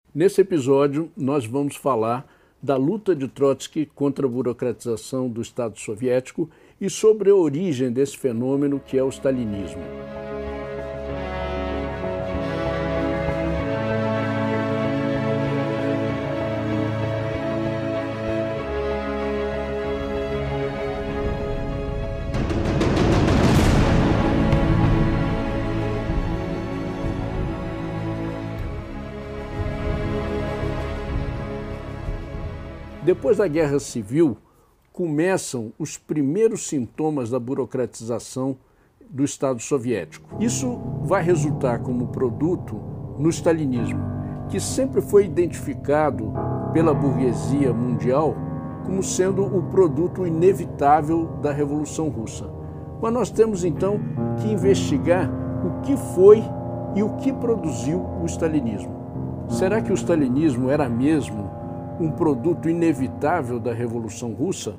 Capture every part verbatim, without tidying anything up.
Nesse episódio, nós vamos falar da luta de Trotsky contra a burocratização do Estado soviético e sobre a origem desse fenômeno que é o stalinismo. Depois da Guerra Civil, começam os primeiros sintomas da burocratização do Estado soviético. Isso vai resultar como produto no stalinismo, que sempre foi identificado pela burguesia mundial como sendo o produto inevitável da Revolução Russa. Mas nós temos então que investigar o que foi e o que produziu o stalinismo. Será que o stalinismo era mesmo um produto inevitável da Revolução Russa?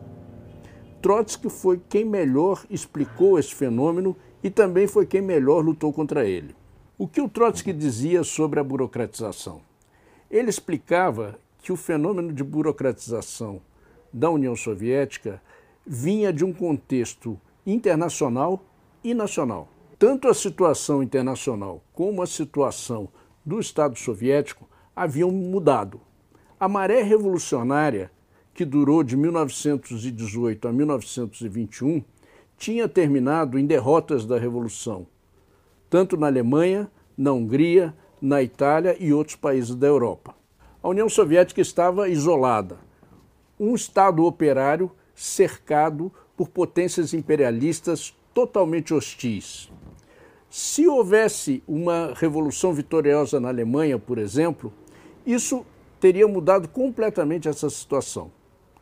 Trotsky foi quem melhor explicou esse fenômeno e também foi quem melhor lutou contra ele. O que o Trotsky dizia sobre a burocratização? Ele explicava que o fenômeno de burocratização da União Soviética vinha de um contexto internacional e nacional. Tanto a situação internacional como a situação do Estado soviético haviam mudado. A maré revolucionária, que durou de mil novecentos e dezoito a mil novecentos e vinte e um, tinha terminado em derrotas da Revolução, tanto na Alemanha, na Hungria, na Itália e outros países da Europa. A União Soviética estava isolada, um Estado operário cercado por potências imperialistas totalmente hostis. Se houvesse uma revolução vitoriosa na Alemanha, por exemplo, isso teria mudado completamente essa situação.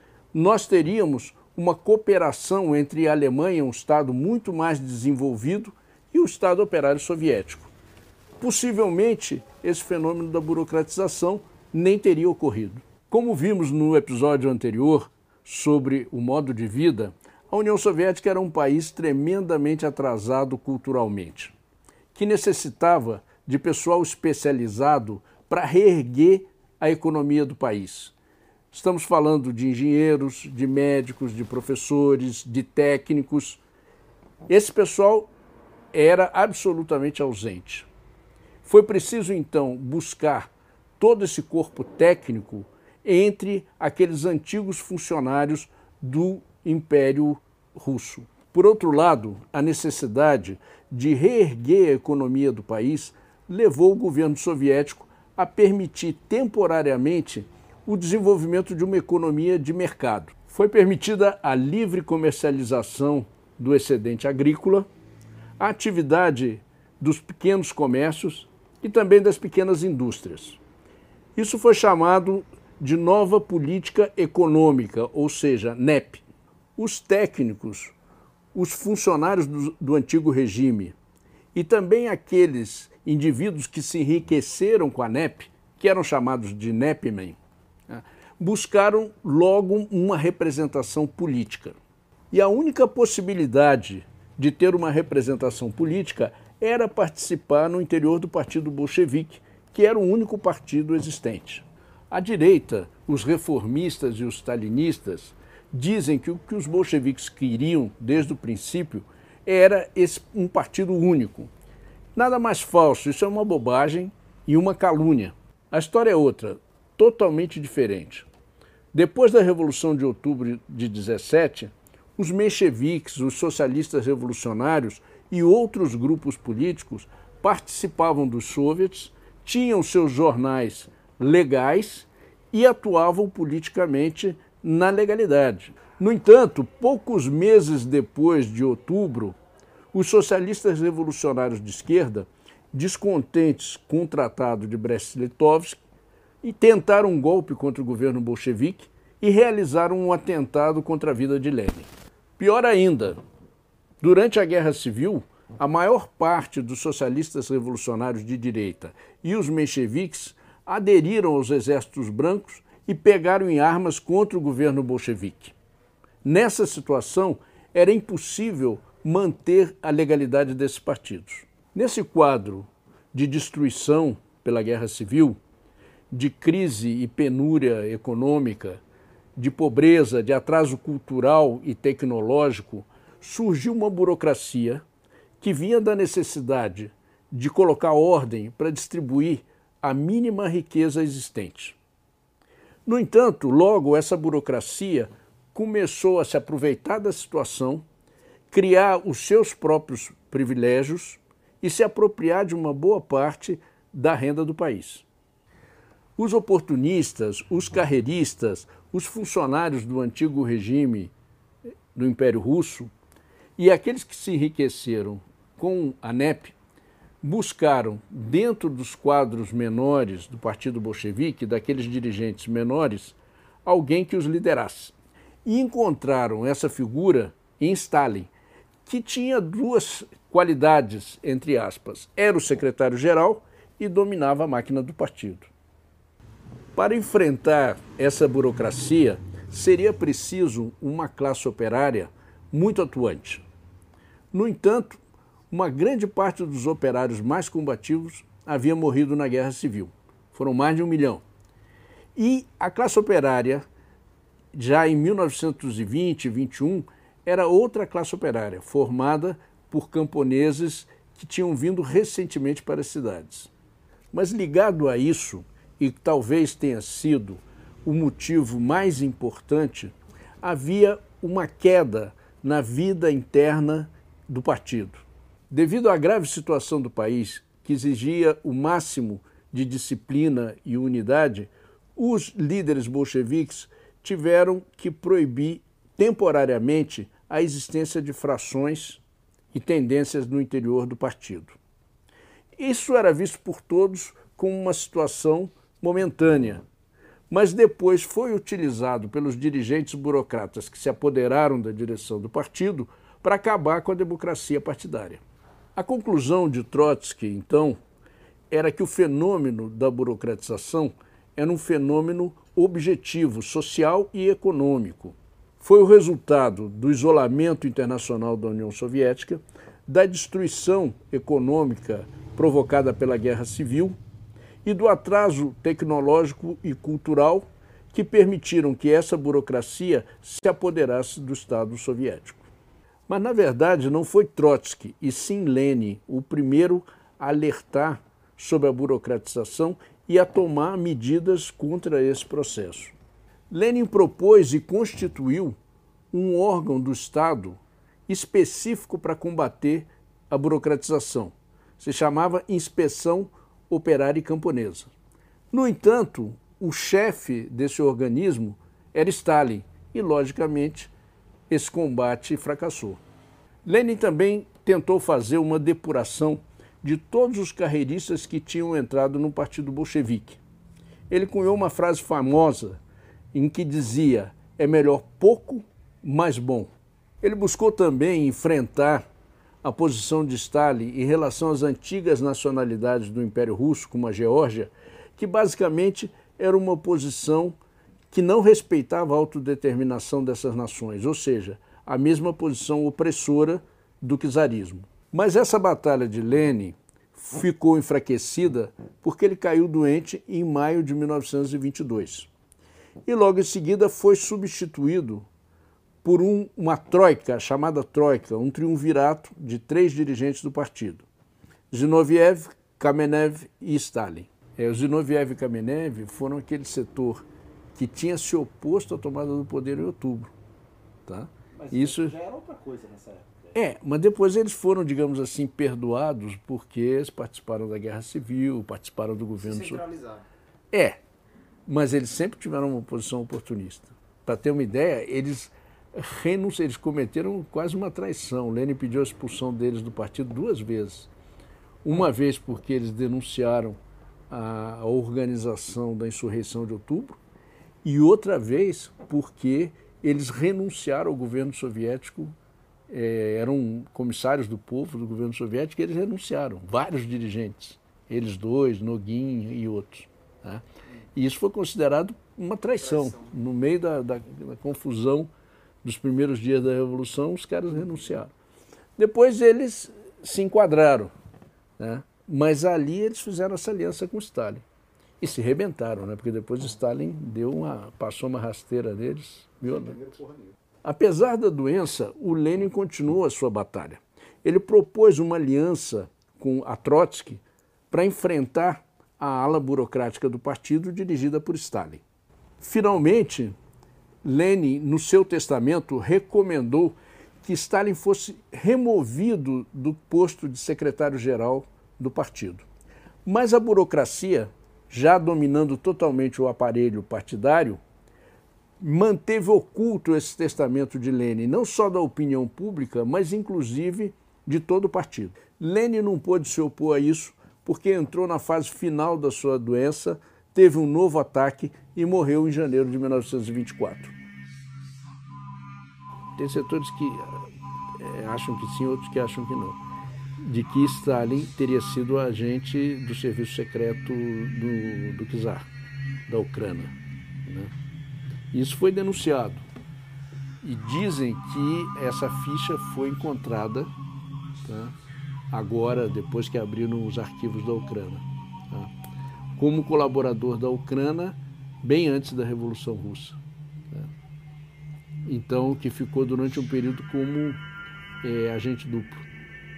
Nós teríamos uma cooperação entre a Alemanha, um Estado muito mais desenvolvido, e o Estado operário soviético. Possivelmente, esse fenômeno da burocratização nem teria ocorrido. Como vimos no episódio anterior sobre o modo de vida, a União Soviética era um país tremendamente atrasado culturalmente, que necessitava de pessoal especializado para reerguer a economia do país. Estamos falando de engenheiros, de médicos, de professores, de técnicos. Esse pessoal era absolutamente ausente. Foi preciso, então, buscar todo esse corpo técnico entre aqueles antigos funcionários do Império Russo. Por outro lado, a necessidade de reerguer a economia do país levou o governo soviético a permitir temporariamente o desenvolvimento de uma economia de mercado. Foi permitida a livre comercialização do excedente agrícola, a atividade dos pequenos comércios e também das pequenas indústrias. Isso foi chamado de nova política econômica, ou seja, N E P. Os técnicos, os funcionários do, do antigo regime e também aqueles indivíduos que se enriqueceram com a N E P, que eram chamados de N E P-men, buscaram logo uma representação política. E a única possibilidade de ter uma representação política era participar no interior do Partido Bolchevique, que era o único partido existente. A direita, os reformistas e os stalinistas, dizem que o que os bolcheviques queriam desde o princípio era esse, um partido único. Nada mais falso, isso é uma bobagem e uma calúnia. A história é outra, totalmente diferente. Depois da Revolução de Outubro de dezessete, os mencheviques, os socialistas revolucionários e outros grupos políticos participavam dos soviets, tinham seus jornais legais e atuavam politicamente na legalidade. No entanto, poucos meses depois de outubro, os socialistas revolucionários de esquerda, descontentes com o Tratado de Brest-Litovsk, tentaram um golpe contra o governo bolchevique e realizaram um atentado contra a vida de Lenin. Pior ainda, durante a Guerra Civil, a maior parte dos socialistas revolucionários de direita e os mencheviques aderiram aos exércitos brancos e pegaram em armas contra o governo bolchevique. Nessa situação, era impossível manter a legalidade desses partidos. Nesse quadro de destruição pela Guerra Civil, de crise e penúria econômica, de pobreza, de atraso cultural e tecnológico, surgiu uma burocracia que vinha da necessidade de colocar ordem para distribuir a mínima riqueza existente. No entanto, logo essa burocracia começou a se aproveitar da situação, criar os seus próprios privilégios e se apropriar de uma boa parte da renda do país. Os oportunistas, os carreiristas, os funcionários do antigo regime do Império Russo e aqueles que se enriqueceram com a N E P buscaram, dentro dos quadros menores do Partido Bolchevique, daqueles dirigentes menores, alguém que os liderasse. E encontraram essa figura em Stalin, que tinha duas qualidades, entre aspas. Era o secretário-geral e dominava a máquina do partido. Para enfrentar essa burocracia, seria preciso uma classe operária muito atuante. No entanto, uma grande parte dos operários mais combativos havia morrido na Guerra Civil. Foram mais de um milhão. E a classe operária, já em mil novecentos e vinte, vinte e um, era outra classe operária, formada por camponeses que tinham vindo recentemente para as cidades. Mas ligado a isso, e talvez tenha sido o motivo mais importante, havia uma queda na vida interna do partido. Devido à grave situação do país, que exigia o máximo de disciplina e unidade, os líderes bolcheviques tiveram que proibir temporariamente a existência de frações e tendências no interior do partido. Isso era visto por todos como uma situação momentânea, mas depois foi utilizado pelos dirigentes burocratas que se apoderaram da direção do partido para acabar com a democracia partidária. A conclusão de Trotsky, então, era que o fenômeno da burocratização era um fenômeno objetivo, social e econômico. Foi o resultado do isolamento internacional da União Soviética, da destruição econômica provocada pela Guerra Civil e do atraso tecnológico e cultural que permitiram que essa burocracia se apoderasse do Estado soviético. Mas, na verdade, não foi Trotsky, e sim Lenin, o primeiro a alertar sobre a burocratização e a tomar medidas contra esse processo. Lenin propôs e constituiu um órgão do Estado específico para combater a burocratização. Se chamava Inspeção Operária e Camponesa. No entanto, o chefe desse organismo era Stalin e, logicamente, esse combate fracassou. Lenin também tentou fazer uma depuração de todos os carreiristas que tinham entrado no Partido Bolchevique. Ele cunhou uma frase famosa em que dizia: é melhor pouco, mas bom. Ele buscou também enfrentar a posição de Stalin em relação às antigas nacionalidades do Império Russo, como a Geórgia, que basicamente era uma posição que não respeitava a autodeterminação dessas nações, ou seja, a mesma posição opressora do czarismo. Mas essa batalha de Lenin ficou enfraquecida porque ele caiu doente em maio de mil novecentos e vinte e dois. E logo em seguida foi substituído por um, uma troika, chamada troika, um triunvirato de três dirigentes do partido: Zinoviev, Kamenev e Stalin. É, o Zinoviev e Kamenev foram aquele setor que tinha se oposto à tomada do poder em outubro. Tá? Mas isso já era outra coisa nessa época. É, mas depois eles foram, digamos assim, perdoados porque eles participaram da Guerra Civil, participaram do governo... Se centralizaram. É, mas eles sempre tiveram uma posição oportunista. Para ter uma ideia, eles, renunci... eles cometeram quase uma traição. Lenin pediu a expulsão deles do partido duas vezes. Uma vez porque eles denunciaram a organização da insurreição de outubro, e outra vez porque eles renunciaram ao governo soviético, eh, eram comissários do povo do governo soviético, e eles renunciaram, vários dirigentes, eles dois, Nogin e outros. Tá? E isso foi considerado uma traição. traição. No meio da, da, da confusão dos primeiros dias da Revolução, os caras renunciaram. Depois eles se enquadraram, né? Mas ali eles fizeram essa aliança com Stalin. E se rebentaram, né? Porque depois Stalin deu uma, passou uma rasteira neles, violenta. Apesar da doença, o Lenin continuou a sua batalha. Ele propôs uma aliança com a Trotsky para enfrentar a ala burocrática do partido dirigida por Stalin. Finalmente, Lenin, no seu testamento, recomendou que Stalin fosse removido do posto de secretário-geral do partido. Mas a burocracia, já dominando totalmente o aparelho partidário, manteve oculto esse testamento de Lenin, não só da opinião pública, mas inclusive de todo o partido. Lenin não pôde se opor a isso porque entrou na fase final da sua doença, teve um novo ataque e morreu em janeiro de mil novecentos e vinte e quatro. Tem setores que é, acham que sim, outros que acham que não. De que Stalin teria sido agente do serviço secreto do, do czar, da Ucrânia, né? Isso foi denunciado. E dizem que essa ficha foi encontrada, tá, agora, depois que abriram os arquivos da Ucrânia, tá, como colaborador da Ucrânia, bem antes da Revolução Russa. Tá? Então, que ficou durante um período como é, agente duplo.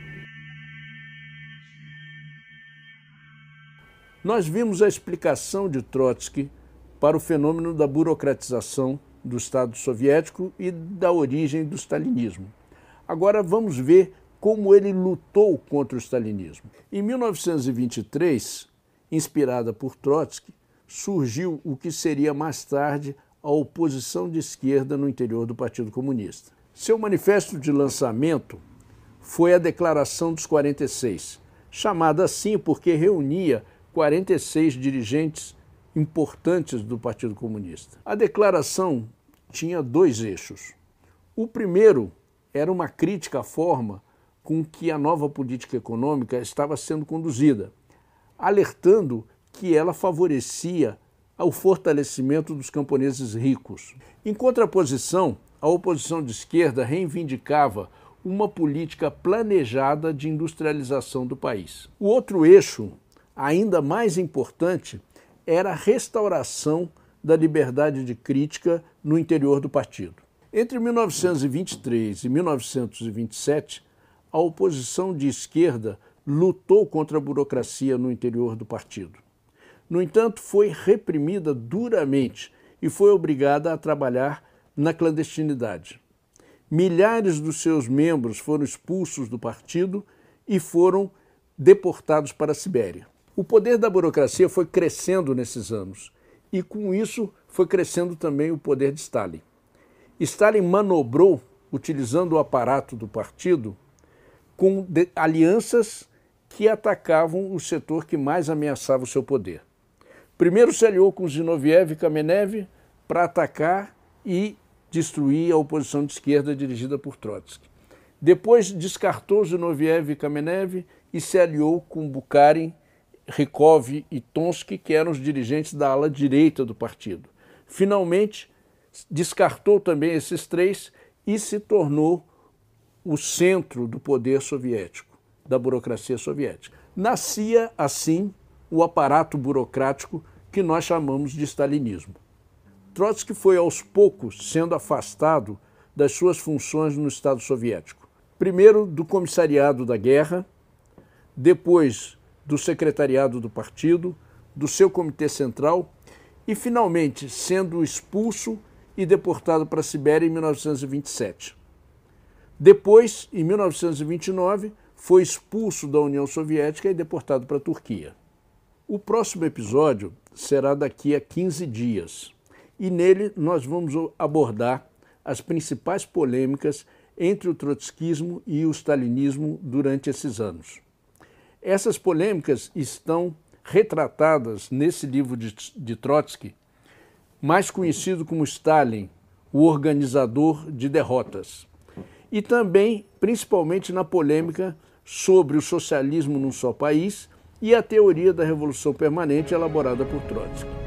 Nós vimos a explicação de Trotsky para o fenômeno da burocratização do Estado soviético e da origem do stalinismo. Agora vamos ver como ele lutou contra o stalinismo. Em mil novecentos e vinte e três, inspirada por Trotsky, surgiu o que seria mais tarde a oposição de esquerda no interior do Partido Comunista. Seu manifesto de lançamento foi a Declaração dos quarenta e seis, chamada assim porque reunia quarenta e seis dirigentes importantes do Partido Comunista. A declaração tinha dois eixos. O primeiro era uma crítica à forma com que a nova política econômica estava sendo conduzida, alertando que ela favorecia o fortalecimento dos camponeses ricos. Em contraposição, a oposição de esquerda reivindicava uma política planejada de industrialização do país. O outro eixo, ainda mais importante, era a restauração da liberdade de crítica no interior do partido. Entre mil novecentos e vinte e três e mil novecentos e vinte e sete, a oposição de esquerda lutou contra a burocracia no interior do partido. No entanto, foi reprimida duramente e foi obrigada a trabalhar na clandestinidade. Milhares dos seus membros foram expulsos do partido e foram deportados para a Sibéria. O poder da burocracia foi crescendo nesses anos e, com isso, foi crescendo também o poder de Stalin. Stalin manobrou, utilizando o aparato do partido, com alianças que atacavam o setor que mais ameaçava o seu poder. Primeiro se aliou com Zinoviev e Kamenev para atacar e destruir a oposição de esquerda dirigida por Trotsky. Depois descartou Zinoviev e Kamenev e se aliou com Bukharin, Rykov e Tonsky, que eram os dirigentes da ala direita do partido. Finalmente, descartou também esses três e se tornou o centro do poder soviético, da burocracia soviética. Nascia, assim, o aparato burocrático que nós chamamos de stalinismo. Trotsky foi, aos poucos, sendo afastado das suas funções no Estado soviético. Primeiro do comissariado da guerra, depois do secretariado do partido, do seu comitê central e, finalmente, sendo expulso e deportado para a Sibéria em mil novecentos e vinte e sete. Depois, em mil novecentos e vinte e nove, foi expulso da União Soviética e deportado para a Turquia. O próximo episódio será daqui a quinze dias e nele nós vamos abordar as principais polêmicas entre o trotskismo e o stalinismo durante esses anos. Essas polêmicas estão retratadas nesse livro de, de Trotsky, mais conhecido como Stalin, o organizador de derrotas, e também, principalmente, na polêmica sobre o socialismo num só país e a teoria da revolução permanente elaborada por Trotsky.